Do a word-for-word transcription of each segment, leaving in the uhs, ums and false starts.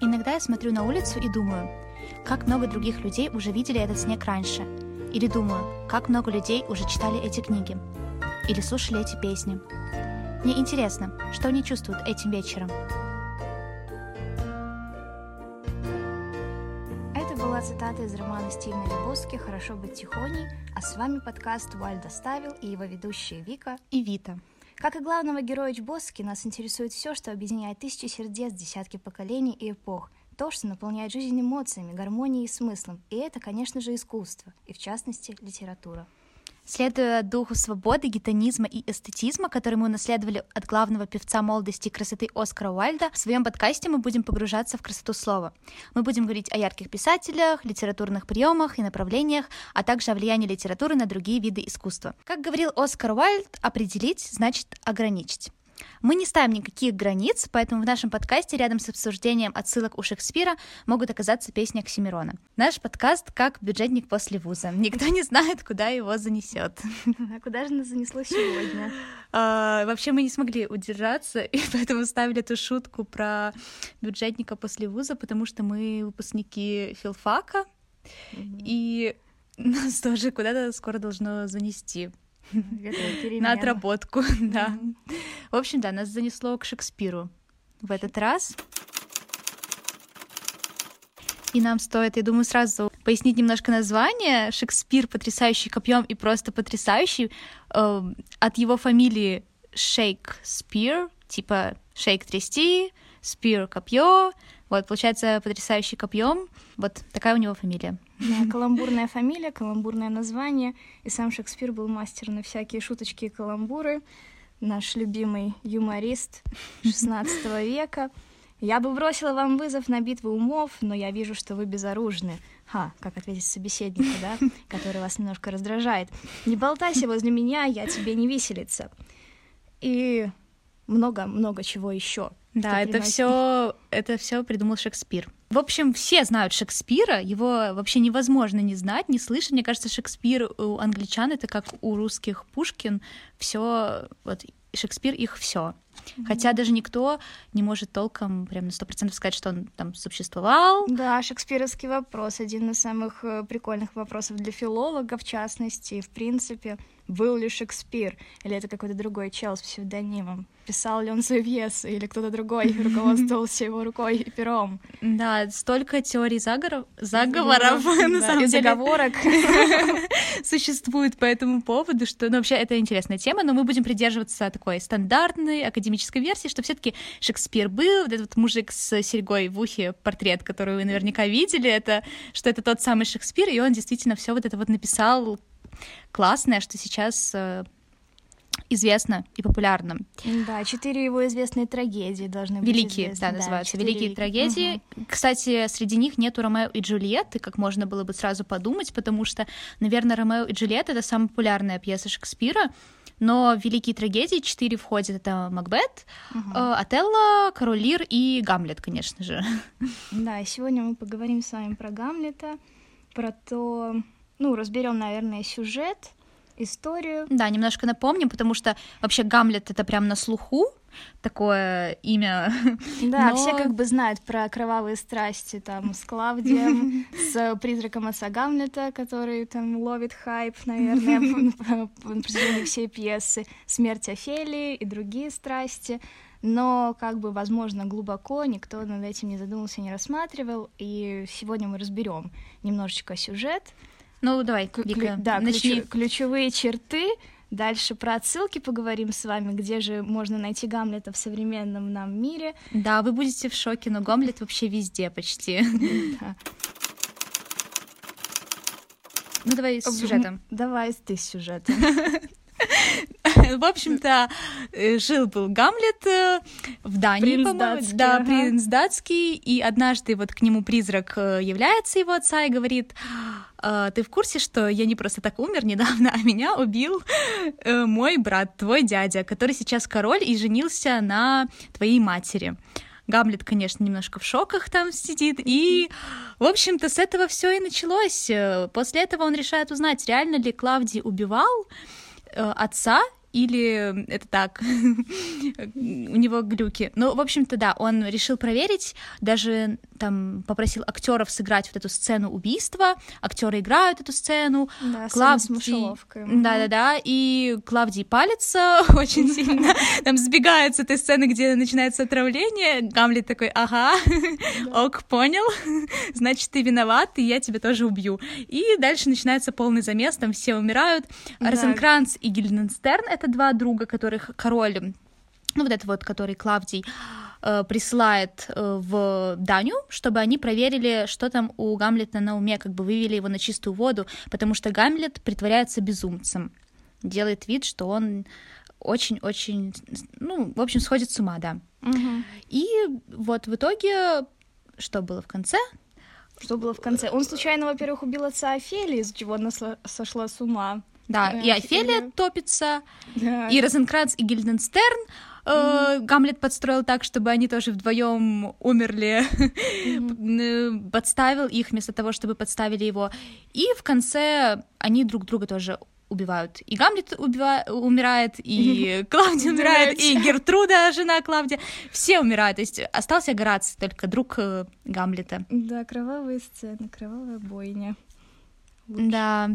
Иногда я смотрю на улицу и думаю, как много других людей уже видели этот снег раньше. Или думаю, как много людей уже читали эти книги. Или слушали эти песни. Мне интересно, что они чувствуют этим вечером. Это была цитата из романа Стивена Лебовски «Хорошо быть тихоней», а с вами подкаст «Вальд доставил» и его ведущие Вика и Вита. Как и главного героя Чбоски, нас интересует все, что объединяет тысячи сердец, десятки поколений и эпох. То, что наполняет жизнь эмоциями, гармонией и смыслом. И это, конечно же, искусство, и в частности, литература. Следуя духу свободы, гедонизма и эстетизма, который мы унаследовали от главного певца молодости и красоты Оскара Уайльда, в своем подкасте мы будем погружаться в красоту слова. Мы будем говорить о ярких писателях, литературных приемах и направлениях, а также о влиянии литературы на другие виды искусства. Как говорил Оскар Уайльд, определить значит ограничить. Мы не ставим никаких границ, поэтому в нашем подкасте рядом с обсуждением отсылок у Шекспира могут оказаться песни Оксимирона. Наш подкаст как бюджетник после вуза. Никто не знает, куда его занесет. А куда же нас занесло сегодня? А, вообще мы не смогли удержаться, и поэтому ставили эту шутку про бюджетника после вуза, потому что мы выпускники филфака, mm-hmm. и нас тоже куда-то скоро должно занести. На отработку, mm-hmm. да. В общем, да, нас занесло к Шекспиру в этот раз. И нам стоит, я думаю, сразу пояснить немножко название. Шекспир потрясающий копьем и просто потрясающий. Э, от его фамилии Шейкспир, типа шейк трясти, спир копье. Вот, получается, потрясающий копьем. Вот такая у него фамилия. Да, каламбурная фамилия, каламбурное название. И сам Шекспир был мастер на всякие шуточки и каламбуры. Наш любимый юморист шестнадцатого века. Я бы бросила вам вызов на битву умов, но я вижу, что вы безоружны. Ха, как ответить собеседнику, да, который вас немножко раздражает. Не болтайся возле меня, я тебе не виселица. И много-много чего еще. Да, это все, это все придумал Шекспир. В общем, все знают Шекспира, его вообще невозможно не знать, не слышать. Мне кажется, Шекспир у англичан это как у русских Пушкин. Все, вот Шекспир их все. Mm-hmm. Хотя даже никто не может толком прям на сто процентов сказать, что он там существовал. Да, шекспировский вопрос, один из самых прикольных вопросов для филолога, в частности, в принципе. Был ли Шекспир? Или это какой-то другой чел с псевдонимом? Писал ли он свои пьесы? Или кто-то другой руководствовался его рукой и пером? Да, столько теорий заговоров, заговоров на самом деле, заговорок существует по этому поводу, что, ну, вообще, это интересная тема, но мы будем придерживаться такой стандартной академической версии, что все-таки Шекспир был, вот этот мужик с серьгой в ухе, портрет, который вы наверняка видели, это, что это тот самый Шекспир, и он действительно все вот это вот написал классное, что сейчас э, известно и популярно. Да, четыре его известные трагедии должны быть Великие, известны. да, да, называются. Великие великие. трагедии. Угу. Кстати, среди них нету Ромео и Джульетты, как можно было бы сразу подумать, потому что, наверное, Ромео и Джульетта — это самая популярная пьеса Шекспира, но в великие трагедии четыре входят. Это Макбет, угу. э, Отелло, Король Лир и Гамлет, конечно же. Да, и сегодня мы поговорим с вами про Гамлета, про то... Ну, разберем, наверное, сюжет, историю. Да, немножко напомним, потому что вообще Гамлет — это прям на слуху такое имя. Да, но... все как бы знают про кровавые страсти там с Клавдием, с призраком отца Гамлета, который там ловит хайп, наверное, на протяжении всей пьесы, смерть Офелии и другие страсти. Но, как бы, возможно, глубоко никто над этим не задумался, не рассматривал. И сегодня мы разберем немножечко сюжет. Ну, давай, Вика, Клю- да, начни. Ключ- ключевые черты. Дальше про отсылки поговорим с вами, где же можно найти Гамлета в современном нам мире. Да, вы будете в шоке, но Гамлет вообще везде почти. Ну, давай с сюжетом. Давай ты с сюжетом. В общем-то, жил-был Гамлет в Дании, по-моему, да, принц датский, и однажды вот к нему призрак является его отца и говорит: ты в курсе, что я не просто так умер недавно, а меня убил мой брат, твой дядя, который сейчас король и женился на твоей матери. Гамлет, конечно, немножко в шоках там сидит, и, в общем-то, с этого все и началось. После этого он решает узнать, реально ли Клавдий убивал отца или это так, у него глюки. Ну, в общем-то, да, он решил проверить, даже там попросил актеров сыграть вот эту сцену убийства, актеры играют эту сцену. Да, Клавдий... с мышеловкой. Да-да-да, и Клавдий палится очень сильно, там сбегает с этой сцены, где начинается отравление, Гамлет такой, ага, ок, понял, значит, ты виноват, и я тебя тоже убью. И дальше начинается полный замес, там все умирают. Розенкранц и Гильденстерн — это два друга, которых король, ну вот это вот, который Клавдий э, присылает э, в Данию, чтобы они проверили, что там у Гамлета на уме, как бы вывели его на чистую воду, потому что Гамлет притворяется безумцем, делает вид, что он очень-очень, ну, в общем, сходит с ума, да. Угу. И вот в итоге, что было в конце? Что было в конце? Он случайно, во-первых, убил отца Офелии, из-за чего она сошла с ума. Да, Да, и Офелия и... топится, да. и Розенкранц и Гильденстерн э, mm-hmm. Гамлет подстроил так, чтобы они тоже вдвоем умерли, mm-hmm. подставил их вместо того, чтобы подставили его. И в конце они друг друга тоже убивают. И Гамлет убива... умирает, и Клавдий умирает, и Гертруда, жена Клавдия. Все умирают. То есть остался Гораций, только друг Гамлета. Да, кровавые сцены, кровавая бойня. Лучше. Да.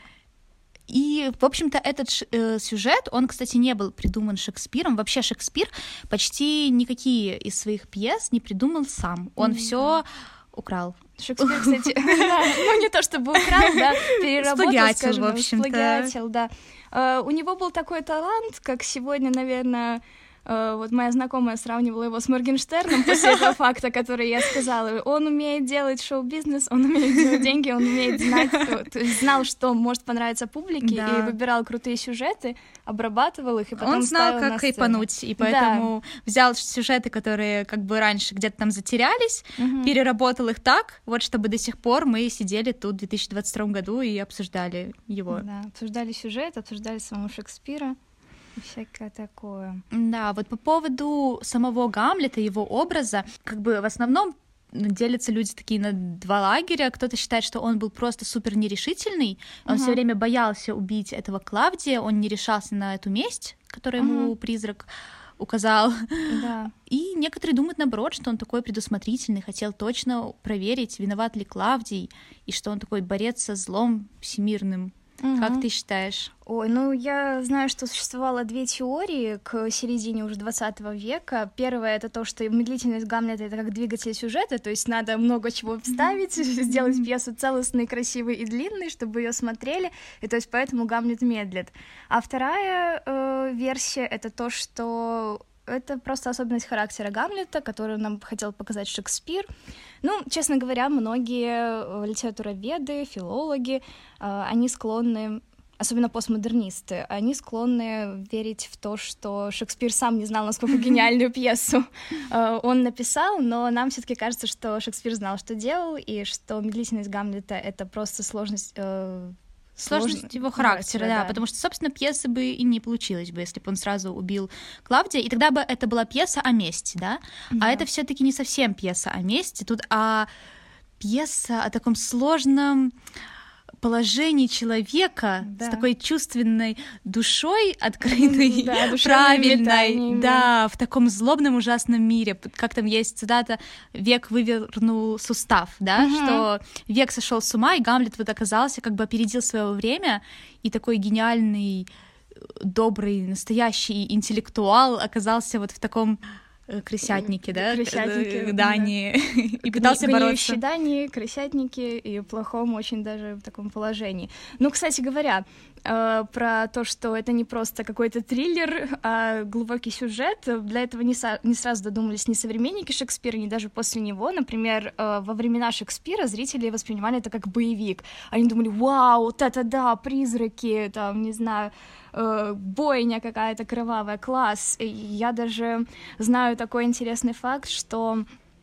И, в общем-то, этот э, сюжет, он, кстати, не был придуман Шекспиром. Вообще Шекспир почти никакие из своих пьес не придумал сам. Он mm-hmm. все украл. Шекспир, кстати, ну не то чтобы украл, да, переработал, скажем, в общем-то. Сплагиатил, да. У него был такой талант, как сегодня, наверное... Вот моя знакомая сравнивала его с Моргенштерном после этого факта, который я сказала. Он умеет делать шоу-бизнес, он умеет делать деньги, он умеет знать, то есть знал, что может понравиться публике, да. И выбирал крутые сюжеты, обрабатывал их, и потом он знал, ставил как хайпануть, и поэтому да. взял сюжеты, которые как бы раньше где-то там затерялись, угу. переработал их так, вот чтобы до сих пор мы сидели тут в две тысячи двадцать втором году и обсуждали его. Да, обсуждали сюжет, обсуждали самого Шекспира. Всякое такое. Да, вот по поводу самого Гамлета, его образа, как бы в основном делятся люди такие на два лагеря. Кто-то считает, что он был просто супер нерешительный, он uh-huh. все время боялся убить этого Клавдия, он не решался на эту месть, которую uh-huh. ему призрак указал. Да. И некоторые думают, наоборот, что он такой предусмотрительный, хотел точно проверить, виноват ли Клавдий, и что он такой борец со злом всемирным. Угу. Как ты считаешь? Ой, ну я знаю, что существовало две теории к середине уже двадцатого века. Первая — это то, что медлительность Гамлета — это как двигатель сюжета, то есть надо много чего вставить, mm-hmm. сделать пьесу целостной, красивой и длинной, чтобы ее смотрели, и то есть поэтому Гамлет медлит. А вторая э, версия — это то, что это просто особенность характера Гамлета, которую нам хотел показать Шекспир. Ну, честно говоря, многие литературоведы, филологи, они склонны, особенно постмодернисты, они склонны верить в то, что Шекспир сам не знал, насколько гениальную пьесу он написал, но нам все-таки кажется, что Шекспир знал, что делал, и что медлительность Гамлета — это просто сложность... Сложность Сложно... его характера, да, да, потому что, собственно, пьесы бы и не получилось бы, если бы он сразу убил Клавдия, и тогда бы это была пьеса о мести, да, да. А это все-таки не совсем пьеса о мести, тут а пьеса о таком сложном положении человека, да. с такой чувственной душой открытой, да, правильной, да, в таком злобном ужасном мире. Как там есть цитата: «Век вывернул сустав», да, угу. что век сошел с ума, и Гамлет вот оказался, как бы опередил свое время, и такой гениальный, добрый, настоящий интеллектуал оказался вот в таком крысятники, да, крысятники, Дании, да. И пытался Гни- бороться. Дании, крысятники, и в плохом очень даже в таком положении. Ну, кстати говоря, э, про то, что это не просто какой-то триллер, а глубокий сюжет, для этого не, со- не сразу додумались ни современники Шекспира, ни даже после него. Например, э, во времена Шекспира зрители воспринимали это как боевик. Они думали: вау, вот это да, призраки, там, не знаю, бойня какая-то кровавая, класс. И я даже знаю такой интересный факт, что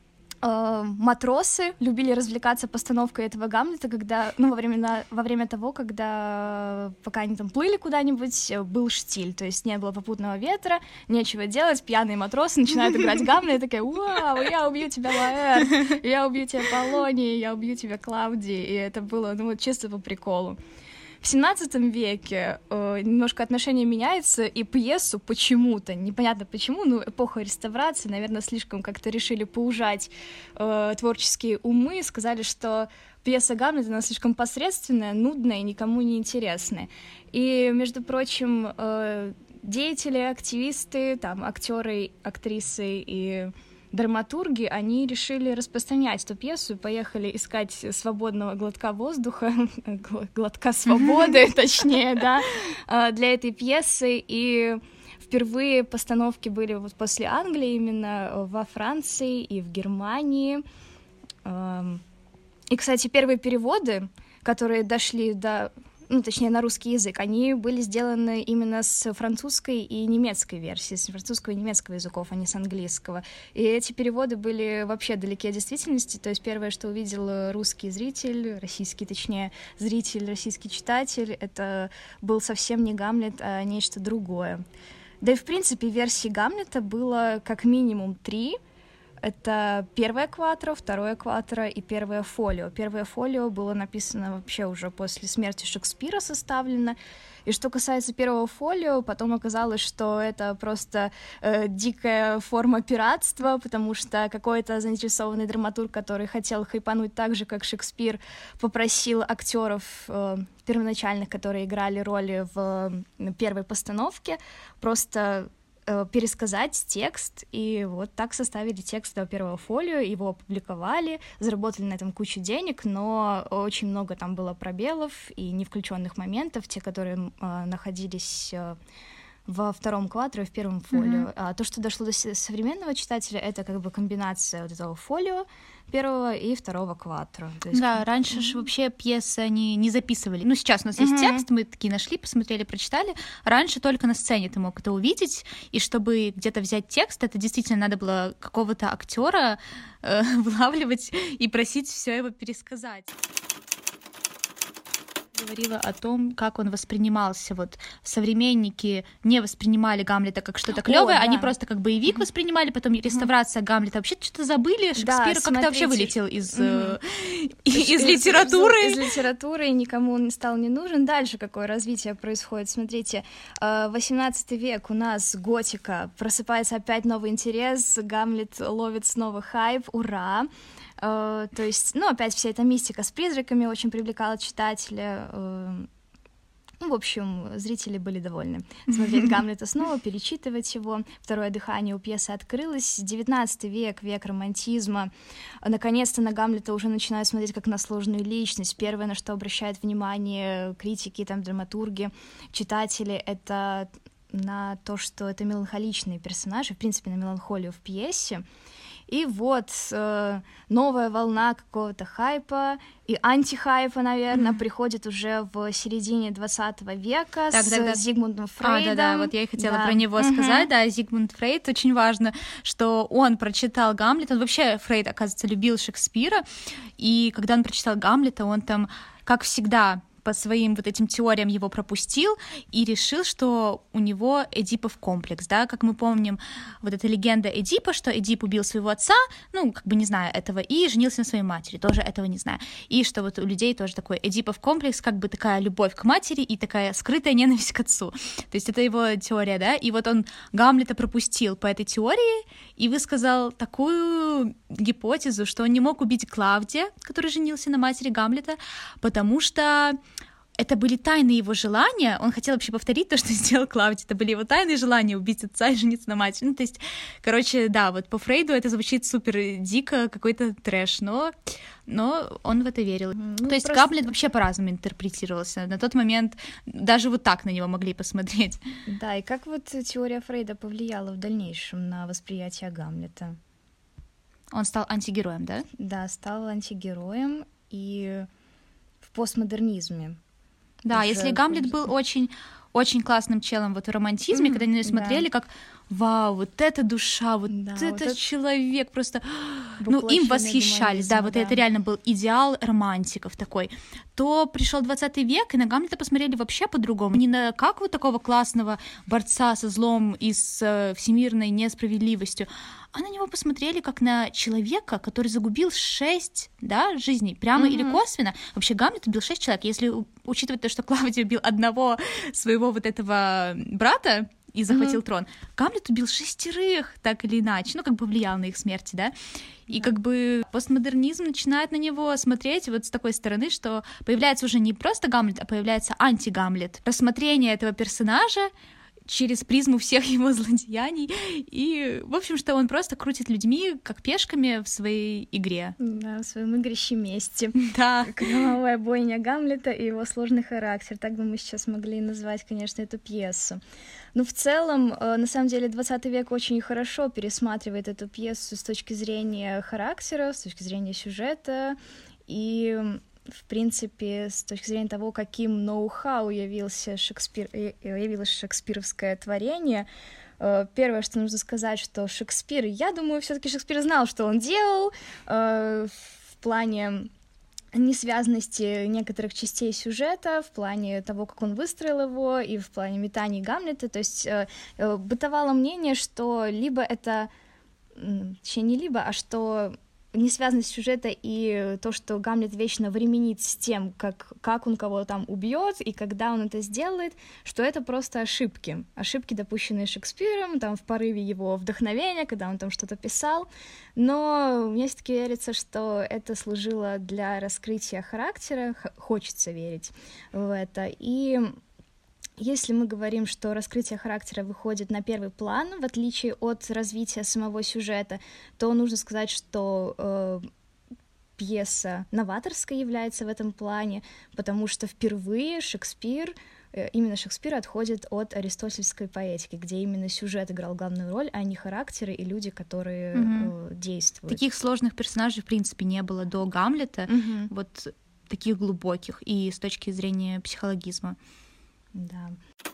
э, матросы любили развлекаться постановкой этого Гамлета, когда, ну, во время, во время того, когда пока они там плыли куда-нибудь, был штиль, то есть не было попутного ветра, нечего делать, пьяные матросы начинают играть Гамлета, такая: вау, я убью тебя, Лаэр, я убью тебя, Полоний, я убью тебя, Клавдий, и это было, ну, вот чисто по приколу. в семнадцатом веке э, немножко отношение меняется, и пьесу почему-то, непонятно почему, ну, эпоха реставрации, наверное, слишком как-то решили поужать э, творческие умы, сказали, что пьеса Гамлета, она слишком посредственная, нудная и никому не интересная. И, между прочим, э, деятели, активисты, там, актеры, актрисы и драматурги, они решили распространять эту пьесу и поехали искать свободного глотка воздуха, глотка свободы, точнее, да, для этой пьесы. И впервые постановки были вот после Англии именно во Франции и в Германии. И, кстати, первые переводы, которые дошли до... ну, точнее, на русский язык, они были сделаны именно с французской и немецкой версии, с французского и немецкого языков, а не с английского. И эти переводы были вообще далеки от действительности, то есть первое, что увидел русский зритель, российский, точнее, зритель, российский читатель, это был совсем не Гамлет, а нечто другое. Да и, в принципе, версий Гамлета было как минимум три. Это первое кватро, второе кватро и первое фолио. Первое фолио было написано вообще уже после смерти Шекспира, составлено. И что касается первого фолио, потом оказалось, что это просто э, дикая форма пиратства, потому что какой-то заинтересованный драматург, который хотел хайпануть так же, как Шекспир, попросил актеров э, первоначальных, которые играли роли в э, первой постановке, просто пересказать текст, и вот так составили текст до первого фолио, его опубликовали, заработали на этом кучу денег, но очень много там было пробелов и невключенных моментов, те, которые э, находились э, во втором кватро и в первом фолио. Mm-hmm. А то, что дошло до современного читателя, это как бы комбинация вот этого фолио первого и второго кватро. Есть... Да, раньше mm-hmm. же вообще пьесы они не записывали. Ну, сейчас у нас есть mm-hmm. текст, мы такие нашли, посмотрели, прочитали. Раньше только на сцене ты мог это увидеть, и чтобы где-то взять текст, это действительно надо было какого-то актера э, вылавливать и просить все его пересказать. Говорила о том, как он воспринимался. Вот современники не воспринимали Гамлета как что-то клевое, да. Они просто как боевик воспринимали, потом реставрация Гамлета. Вообще что-то забыли, Шекспир да, как-то смотрите. Вообще вылетел из, mm-hmm. из, из, из литературы. Из, из литературы, никому он стал не нужен. Дальше какое развитие происходит? Смотрите, восемнадцатый век, у нас готика, просыпается опять новый интерес, Гамлет ловит снова хайп, ура! Uh, то есть, ну, опять вся эта мистика с призраками очень привлекала читателя. Uh, ну, в общем, зрители были довольны смотреть Гамлета снова, перечитывать его. Второе дыхание у пьесы открылось. девятнадцатый век, век романтизма. Наконец-то на Гамлета уже начинают смотреть как на сложную личность. Первое, на что обращают внимание критики, там, драматурги, читатели, это на то, что это меланхоличные персонажи, в принципе, на меланхолию в пьесе. И вот э, новая волна какого-то хайпа и антихайпа, наверное, mm-hmm. приходит уже в середине двадцатого века так, с тогда... Зигмундом Фрейдом. А, да-да, вот я и хотела да. про него mm-hmm. сказать, да, Зигмунд Фрейд, очень важно, что он прочитал Гамлета, он вообще, Фрейд, оказывается, любил Шекспира, и когда он прочитал Гамлета, он там, как всегда, по своим вот этим теориям его пропустил и решил, что у него Эдипов комплекс, да, как мы помним, вот эта легенда Эдипа, что Эдип убил своего отца, ну, как бы не знаю этого, и женился на своей матери, тоже этого не знаю, и что вот у людей тоже такой Эдипов комплекс, как бы такая любовь к матери и такая скрытая ненависть к отцу, то есть это его теория, да, и вот он Гамлета пропустил по этой теории и высказал такую гипотезу, что он не мог убить Клавдия, который женился на матери Гамлета, потому что это были тайные его желания, он хотел вообще повторить то, что сделал Клавдий, это были его тайные желания убить отца и жениться на матери, ну, то есть, короче, да, вот по Фрейду это звучит супер дико, какой-то трэш, но, но он в это верил. Ну, то есть просто... Гамлет вообще по-разному интерпретировался, на тот момент даже вот так на него могли посмотреть. Да, и как вот теория Фрейда повлияла в дальнейшем на восприятие Гамлета? Он стал антигероем, да? Да, стал антигероем и в постмодернизме. Да, уже... если Гамлет был очень, очень классным челом вот в романтизме, mm-hmm, когда они смотрели, да. как вау, вот эта душа, вот, да, этот вот это... человек, просто ну, им восхищались, да, вот да. это реально был идеал романтиков такой, то пришел двадцатый век, и на Гамлета посмотрели вообще по-другому. Не на как вот такого классного борца со злом и с э, всемирной несправедливостью, а на него посмотрели как на человека, который загубил шесть, да, жизней, прямо mm-hmm. или косвенно. Вообще Гамлет убил шесть человек. Если учитывать то, что Клавдий убил одного своего вот этого брата и захватил mm-hmm. трон, Гамлет убил шестерых, так или иначе, ну, как бы влиял на их смерти, да. И как бы постмодернизм начинает на него смотреть вот с такой стороны, что появляется уже не просто Гамлет, а появляется анти-Гамлет. Рассмотрение этого персонажа через призму всех его злодеяний, и, в общем, что он просто крутит людьми, как пешками в своей игре. Да, в своем игрище мести. Да. Кровавая бойня Гамлета и его сложный характер. Так бы мы сейчас могли назвать, конечно, эту пьесу. Но в целом, на самом деле, двадцатый век очень хорошо пересматривает эту пьесу с точки зрения характера, с точки зрения сюжета, и в принципе, с точки зрения того, каким ноу-хау явился Шекспир, явилось шекспировское творение, первое, что нужно сказать, что Шекспир, я думаю, все-таки Шекспир знал, что он делал в плане несвязанности некоторых частей сюжета, в плане того, как он выстроил его, и в плане метаний Гамлета. То есть бытовало мнение, что либо это, точнее, не либо, а что несвязанность сюжета и то, что Гамлет вечно временит с тем, как, как он кого там убьет и когда он это сделает, что это просто ошибки. Ошибки, допущенные Шекспиром, там, в порыве его вдохновения, когда он там что-то писал. Но мне все-таки верится, что это служило для раскрытия характера, хочется верить в это. И если мы говорим, что раскрытие характера выходит на первый план, в отличие от развития самого сюжета, то нужно сказать, что э, пьеса новаторской является в этом плане, потому что впервые Шекспир, э, именно Шекспир отходит от аристотельской поэтики, где именно сюжет играл главную роль, а не характеры и люди, которые mm-hmm. э, действуют. Таких сложных персонажей, в принципе, не было до Гамлета, mm-hmm. вот таких глубоких и с точки зрения психологизма. Да.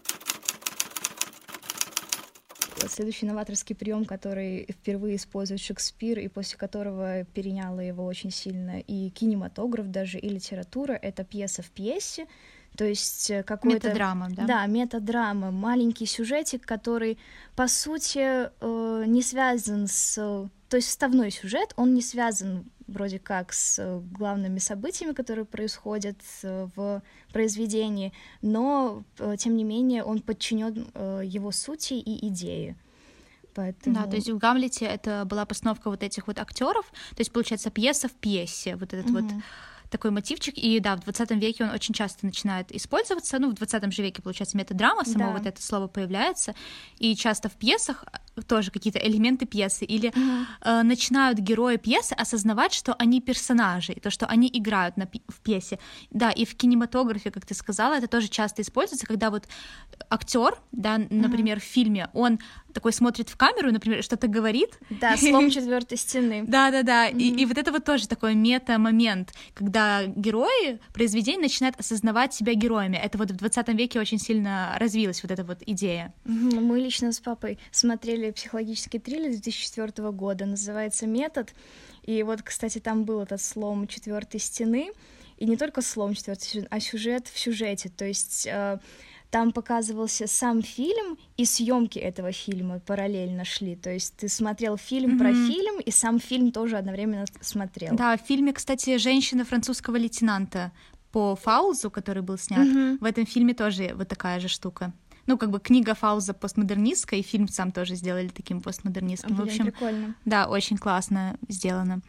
Следующий новаторский прием, который впервые использует Шекспир и после которого переняла его очень сильно и кинематограф даже, и литература, это пьеса в пьесе, то есть какой-то... Метадрама, да? Да, метадрама, маленький сюжетик, который, по сути, не связан с... То есть вставной сюжет, он не связан вроде как с главными событиями, которые происходят в произведении, но, тем не менее, он подчинен его сути и идее. Поэтому... Да, то есть в Гамлете это была постановка вот этих вот актеров, то есть, получается, пьеса в пьесе, вот этот mm-hmm. вот такой мотивчик, и да, в двадцатом веке он очень часто начинает использоваться, ну, в двадцатом же веке, получается, метадрама, само да. вот это слово появляется, и часто в пьесах тоже какие-то элементы пьесы, или mm-hmm. э, начинают герои пьесы осознавать, что они персонажи, то, что они играют на, в пьесе. Да, и в кинематографе, как ты сказала, это тоже часто используется, когда вот актер, да, например, mm-hmm. в фильме, он такой смотрит в камеру, например, что-то говорит. Да, слом четвертой стены. Да-да-да, и, и вот это вот тоже такой мета-момент, когда герои произведения начинают осознавать себя героями. Это вот в двадцатом веке очень сильно развилась вот эта вот идея. Мы лично с папой смотрели психологический триллер две тысячи четвёртого года, называется «Метод», и вот, кстати, там был этот слом четвертой стены, и не только слом четвертой стены, а сюжет в сюжете, то есть... Там показывался сам фильм, и съемки этого фильма параллельно шли. То есть ты смотрел фильм mm-hmm. про фильм, и сам фильм тоже одновременно смотрел. Да, в фильме, кстати, «Женщина французского лейтенанта» по Фаузу, который был снят, mm-hmm. в этом фильме тоже вот такая же штука. Ну, как бы книга Фауза постмодернистская, и фильм сам тоже сделали таким постмодернистским. Блин, в общем, прикольно. Да, очень классно сделано.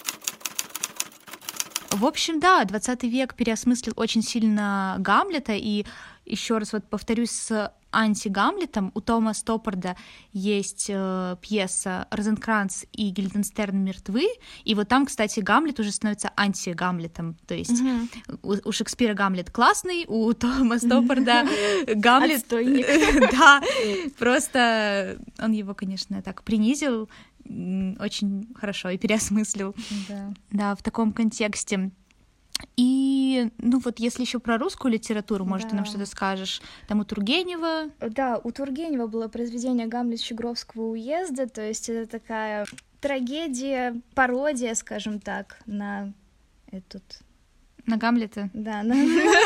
В общем, да, двадцатый век переосмыслил очень сильно Гамлета, и еще раз вот повторюсь с анти-Гамлетом. У Тома Стоппарда есть э, пьеса «Розенкранц и Гильденстерн мертвы», и вот там, кстати, Гамлет уже становится анти-Гамлетом, то есть mm-hmm. у, у Шекспира Гамлет классный, у Тома Стоппарда Гамлет... Отстойник. Да, просто он его, конечно, так принизил, очень хорошо и переосмыслил. Да. Да, в таком контексте. И, ну вот, если еще про русскую литературу, может, да. ты нам что-то скажешь? Там у Тургенева... Да, у Тургенева было произведение «Гамлет Щегровского уезда», то есть это такая трагедия, пародия, скажем так, на этот... На Гамлета? Да, на...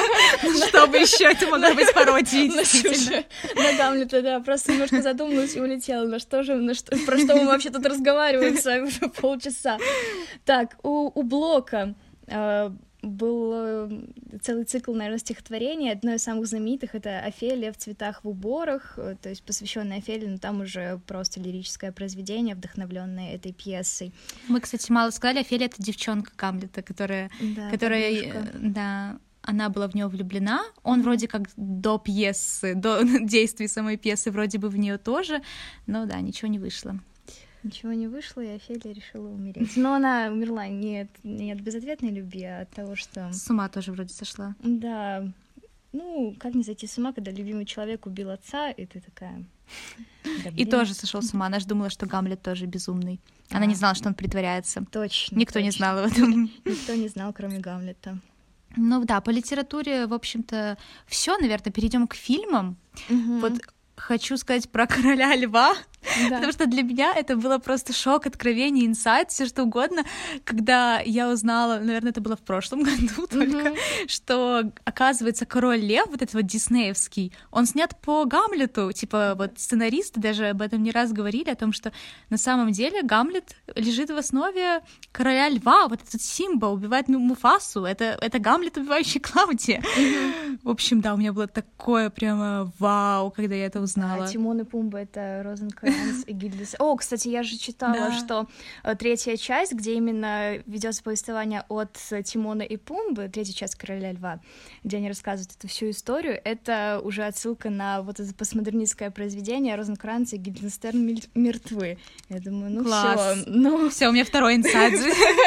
Что бы еще это могло быть пародией, действительно. На Гамлета, да, просто немножко задумалась и улетела. На что же, на что, про что мы вообще тут разговариваем с вами уже полчаса. Так, у, у Блока э, был э, целый цикл, наверное, стихотворений. Одно из самых знаменитых — это «Офелия в цветах в уборах», э, то есть посвященное Офелии, но там уже просто лирическое произведение, вдохновленное этой пьесой. Мы, кстати, мало сказали, Офелия — это девчонка Гамлета, которая... Да, которая подружка. Да, она была в него влюблена. Он вроде как до пьесы, до действий самой пьесы вроде бы в нее тоже, но да, ничего не вышло. Ничего не вышло, и Офелия решила умереть. Но она умерла не от, не от безответной любви, а от того, что... С ума тоже вроде сошла. Да. Ну, как не зайти с ума, когда любимый человек убил отца, и ты такая... Да, и тоже сошел с ума. Она же думала, что Гамлет тоже безумный. Она а, не знала, что он притворяется. Точно. Никто точно. не знал об этом. Никто не знал, кроме Гамлета. Ну да, по литературе, в общем-то, все, наверное, перейдем к фильмам. Угу. Вот хочу сказать про «Короля льва», да. потому что для меня это было просто шок, откровение, инсайт, все что угодно, когда я узнала, наверное, это было в прошлом году только, mm-hmm. что, оказывается, «Король лев», вот этот вот диснеевский, он снят по Гамлету, типа вот сценаристы даже об этом не раз говорили, о том, что на самом деле Гамлет лежит в основе «Короля льва», вот этот Симба убивает Муфасу, это, это Гамлет, убивающий Клаудия. Mm-hmm. В общем, да, у меня было такое прямо вау, когда я это узнала. А Тимон и Пумба — это Розенкранц и Гильдес. О, кстати, я же читала, да. что третья часть, где именно ведется повествование от Тимона и Пумбы, третья часть «Короля льва», где они рассказывают эту всю историю, это уже отсылка на вот это постмодернистское произведение «Розенкранц и Гильденстерн мертвы». Я думаю, ну Класс. все, ну все, у меня второй инсайт.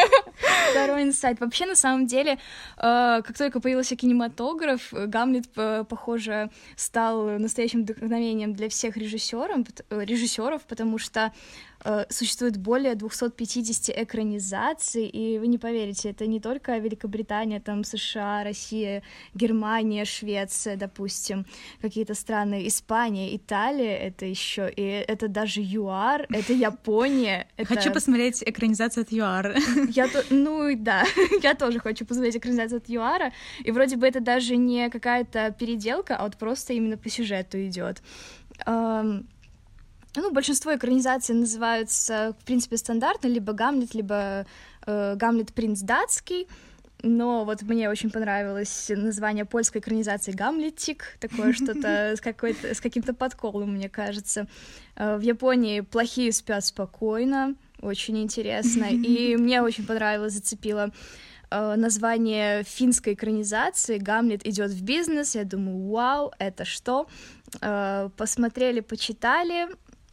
Второй инсайт. Вообще, на самом деле, э, как только появился кинематограф, Гамлет, похоже, стал настоящим вдохновением для всех режиссеров, режиссеров, потому что э, существует более двести пятьдесят экранизаций, и вы не поверите, это не только Великобритания, там США, Россия, Германия, Швеция, допустим, какие-то страны, Испания, Италия, это еще, и это даже ЮАР, это Япония. Это... Хочу посмотреть экранизацию от ЮАР. Я то... Ну да, я тоже хочу посмотреть экранизацию от ЮАРа, и вроде бы это даже не какая-то переделка, а вот просто именно по сюжету идет. Um... Ну, большинство экранизаций называются, в принципе, стандартно, либо Гамлет, либо э, Гамлет принц датский, но вот мне очень понравилось название польской экранизации «Гамлетик», такое что-то с, какой-то, с каким-то подколом, мне кажется. Э, в Японии «Плохие спят спокойно», очень интересно, и мне очень понравилось, зацепило э, название финской экранизации «Гамлет идет в бизнес», я думаю, вау, это что? Э, посмотрели, почитали.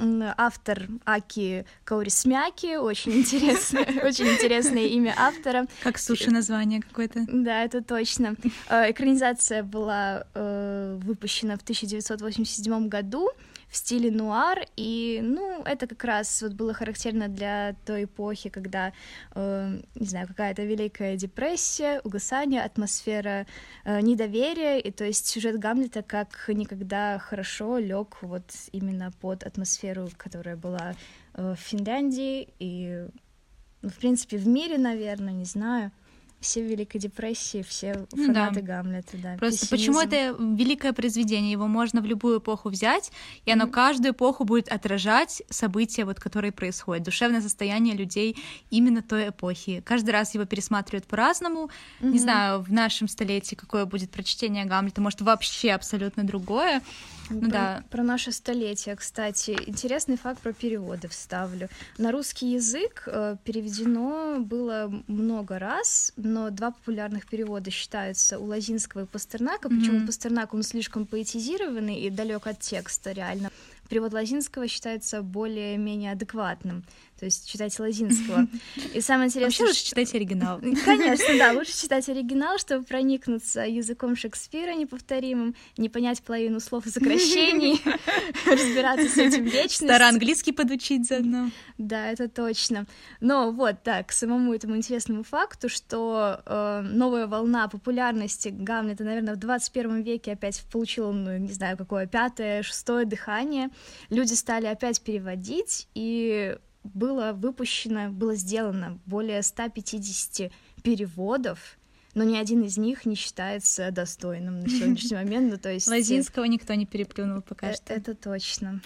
Автор Аки Каурисмяки, очень интересное, очень интересное имя автора. Как суши название какое-то. Да, это точно. Экранизация была выпущена в тысяча девятьсот восемьдесят седьмом году в стиле нуар, и, ну, это как раз вот было характерно для той эпохи, когда, э, не знаю, какая-то великая депрессия, угасание, атмосфера э, недоверия, и то есть сюжет Гамлета как никогда хорошо лег вот именно под атмосферу, которая была э, в Финляндии и, ну, в принципе, в мире, наверное, не знаю. Все в Великой депрессии, все фанаты да. Гамлета, да. Просто пессимизм. Почему это великое произведение? Его можно в любую эпоху взять, и оно mm-hmm. каждую эпоху будет отражать события, вот, которые происходят, душевное состояние людей именно той эпохи. Каждый раз его пересматривают по-разному. Mm-hmm. Не знаю, в нашем столетии какое будет прочтение Гамлета, может, вообще абсолютно другое. Ну, про, да. про наше столетие, кстати, интересный факт про переводы вставлю. На русский язык э, переведено было много раз, но два популярных перевода считаются у Лозинского и Пастернака, mm-hmm. причем у Пастернака он слишком поэтизированный и далек от текста, реально. Перевод Лозинского считается более-менее адекватным, то есть читайте Лозинского. И самое интересное... Вообще лучше читать оригинал. Конечно, да, лучше читать оригинал, чтобы проникнуться языком Шекспира неповторимым, не понять половину слов и сокращений, разбираться с этим вечно. Староанглийский подучить заодно. Да, это точно. Но вот, да, к самому этому интересному факту, что э, новая волна популярности Гамлета, наверное, в двадцать первом веке опять получила, ну, не знаю, какое пятое, шестое дыхание. Люди стали опять переводить, и было выпущено, было сделано более ста пятидесяти переводов, но ни один из них не считается достойным на сегодняшний момент. Ну, то есть... Лозинского никто не переплюнул пока это, что. Это точно.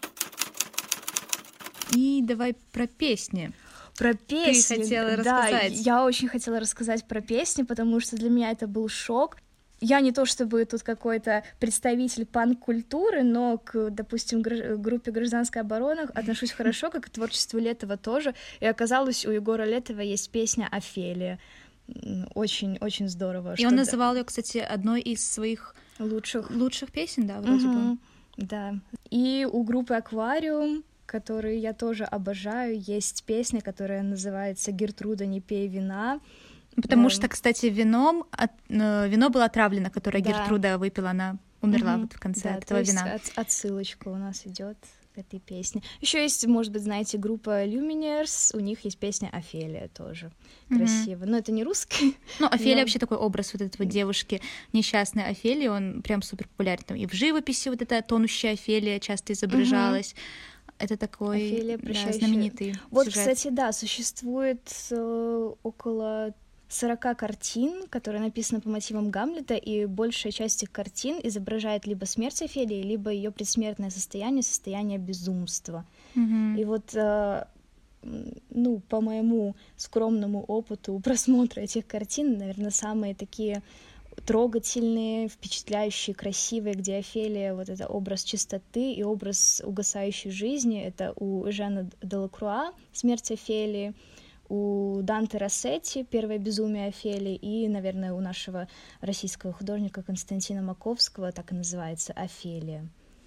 И давай про песни. Про песни. Ты хотела да, рассказать. Я очень хотела рассказать про песни, потому что для меня это был шок. Я не то чтобы тут какой-то представитель панк-культуры, но к, допустим, гр- группе «Гражданская оборона» отношусь хорошо, как к творчеству Летова тоже. И оказалось, у Егора Летова есть песня «Офелия». Очень-очень здорово. И он называл ее, кстати, одной из своих лучших, лучших песен, да, вроде угу. бы. Да. И у группы «Аквариум», которую я тоже обожаю, есть песня, которая называется «Гертруда, не пей вина». Потому эм... что, кстати, вином от... вино было отравлено, которое да. Гертруда выпила, она умерла угу. вот в конце да, от этого то вина. Есть от... отсылочка у нас идет к этой песне. Еще есть, может быть, знаете, группа Lumineers, у них есть песня «Офелия» тоже угу. красиво. Но это не русский. Ну, Офелия но... вообще такой образ вот этой вот девушки, несчастной Офелии, он прям супер популярен. Там и в живописи вот эта тонущая Офелия часто изображалась. Угу. Это такой Офелия, да, знаменитый Вот, сюжет. Кстати, да, существует э, около сорока картин, которые написаны по мотивам Гамлета, и большая часть их картин изображает либо смерть Офелии, либо ее предсмертное состояние, состояние безумства. Mm-hmm. И вот, э, ну, по моему скромному опыту просмотра этих картин, наверное, самые такие трогательные, впечатляющие, красивые, где Офелия, вот это образ чистоты и образ угасающей жизни, это у Эжена Делакруа «Смерть Офелии», у Данте Рассетти «Первое безумие Офелии» и, наверное, у нашего российского художника Константина Маковского так и называется «Офелия».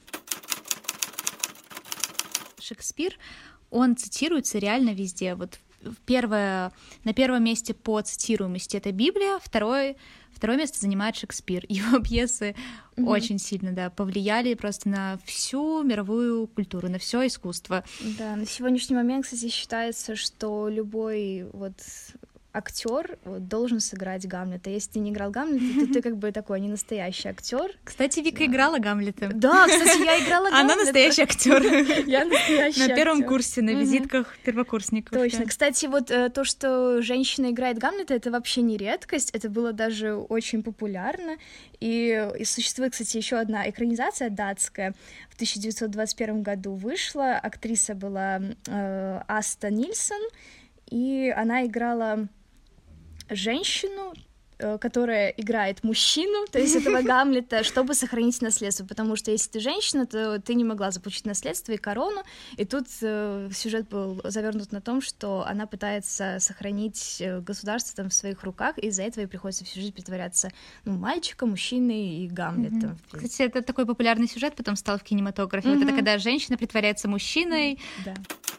Шекспир, он цитируется реально везде. Вот первое, на первом месте по цитируемости это Библия, второе, второе место занимает Шекспир. Его пьесы mm-hmm. очень сильно, да, повлияли просто на всю мировую культуру, на все искусство. Да, на сегодняшний момент, кстати, считается, что любой вот актер должен сыграть Гамлета. Если ты не играл Гамлета, то ты как бы такой не настоящий актер. Кстати, Вика да. играла Гамлета. Да, кстати, я играла Гамлета. Она настоящий актер. Я настоящий актер. На первом курсе, на визитках первокурсников. Точно. Кстати, вот то, что женщина играет Гамлета, это вообще не редкость. Это было даже очень популярно. И, и существует, кстати, еще одна экранизация датская. В тысяча девятьсот двадцать первом году вышла. Актриса была э, Аста Нильсон, и она играла женщину, которая играет мужчину, то есть этого Гамлета, чтобы сохранить наследство, потому что если ты женщина, то ты не могла заполучить наследство и корону, и тут э, сюжет был завернут на том, что она пытается сохранить государство там в своих руках, и из-за этого ей приходится всю жизнь притворяться ну, мальчиком, мужчиной и Гамлетом. Mm-hmm. Кстати, это такой популярный сюжет потом стал в кинематографе, mm-hmm. вот это когда женщина притворяется мужчиной. Да.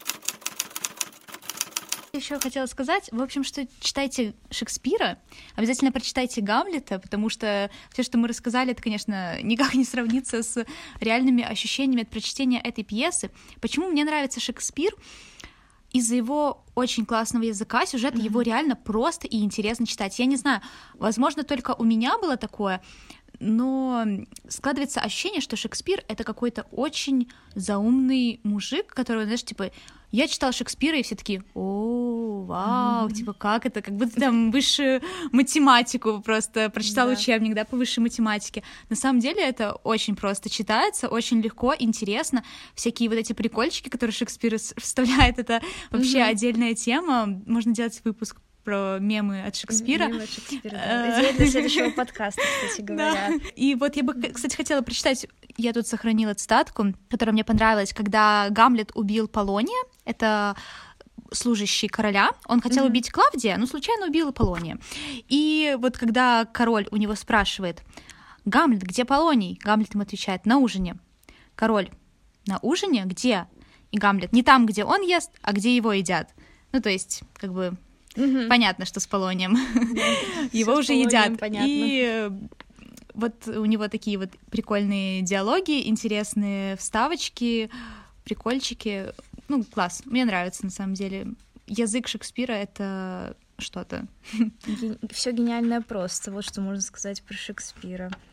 Еще хотела сказать, в общем, что читайте Шекспира, обязательно прочитайте Гамлета, потому что все, что мы рассказали, это, конечно, никак не сравнится с реальными ощущениями от прочтения этой пьесы. Почему мне нравится Шекспир? Из-за его очень классного языка, сюжет, mm-hmm. его реально просто и интересно читать. Я не знаю, возможно, только у меня было такое, но складывается ощущение, что Шекспир — это какой-то очень заумный мужик, который, знаешь, типа, я читала Шекспира, и все такие, о, вау, mm-hmm. типа, как это, как будто там высшую математику просто прочитал да. учебник, да, по высшей математике. На самом деле это очень просто читается, очень легко, интересно. Всякие вот эти прикольчики, которые Шекспир вставляет, это вообще mm-hmm. отдельная тема. Можно делать выпуск про мемы от Шекспира. Мемы от Шекспира, да. Идея для следующего подкаста, кстати говоря. Да. И вот я бы, кстати, хотела прочитать, я тут сохранила цитатку, которая мне понравилась, когда Гамлет убил Полония, это служащий короля, он хотел mm-hmm. убить Клавдия, но случайно убил Полония. И вот когда король у него спрашивает, Гамлет, где Полоний? Гамлет ему отвечает, на ужине. Король, на ужине? Где? И Гамлет, не там, где он ест, а где его едят. Ну, то есть, как бы... Mm-hmm. Понятно, что с Полонием. Его уже едят. Понятно. И вот у него такие вот прикольные диалоги, интересные вставочки, прикольчики. Ну, класс. Мне нравится, на самом деле. Язык Шекспира — это что-то. Все гениальное просто. Вот что можно сказать про Шекспира.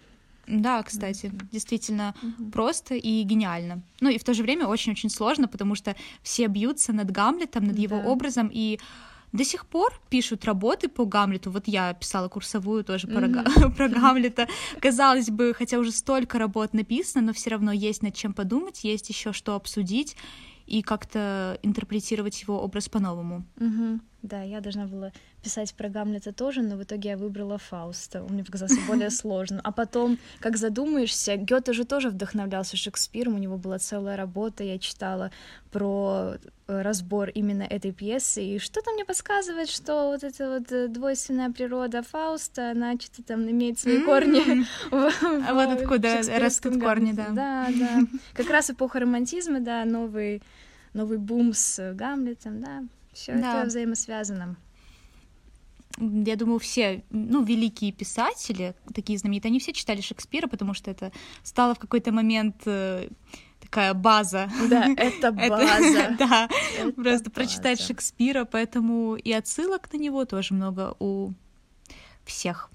Да, кстати, mm-hmm. действительно mm-hmm. просто и гениально. Ну и в то же время очень-очень сложно, потому что все бьются над Гамлетом, над его да. образом, и до сих пор пишут работы по Гамлету. Вот я писала курсовую тоже mm-hmm. про, про Гамлета. Казалось бы, хотя уже столько работ написано, но все равно есть над чем подумать, есть еще что обсудить и как-то интерпретировать его образ по-новому. Mm-hmm. Да, я должна была писать про Гамлета тоже, но в итоге я выбрала Фауста. Он мне показался более сложным. А потом, как задумаешься, Гёте же тоже вдохновлялся Шекспиром, у него была целая работа, я читала про разбор именно этой пьесы, и что-то мне подсказывает, что вот эта вот двойственная природа Фауста, она что-то там имеет свои корни. А вот откуда растут корни, да. Да, да. Как раз эпоха романтизма, да, новый новый бум с Гамлетом, да. Все да. это взаимосвязано. Я думаю, все, ну, великие писатели, такие знаменитые, они все читали Шекспира, потому что это стало в какой-то момент э, такая база. Да, это база. Да, просто прочитать Шекспира, поэтому и отсылок на него тоже много у всех.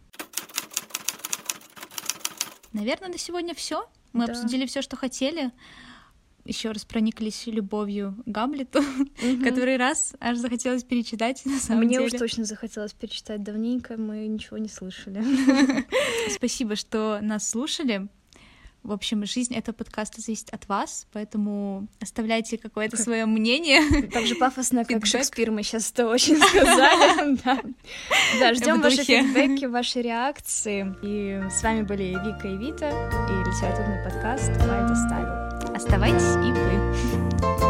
Наверное, на сегодня все. Мы обсудили все, что хотели. Еще раз прониклись любовью к Гамлету, mm-hmm. который раз аж захотелось перечитать, на самом Мне деле. уж точно захотелось перечитать давненько, мы ничего не слышали. Спасибо, что нас слушали. В общем, жизнь этого подкаста зависит от вас, поэтому оставляйте какое-то свое мнение. Так же пафосно, как Шекспир, мы сейчас это очень сказали. Да, ждем ваши фидбэки, ваши реакции. И с вами были Вика и Вита и литературный подкаст «Вальда Стайл». Оставайтесь и вы.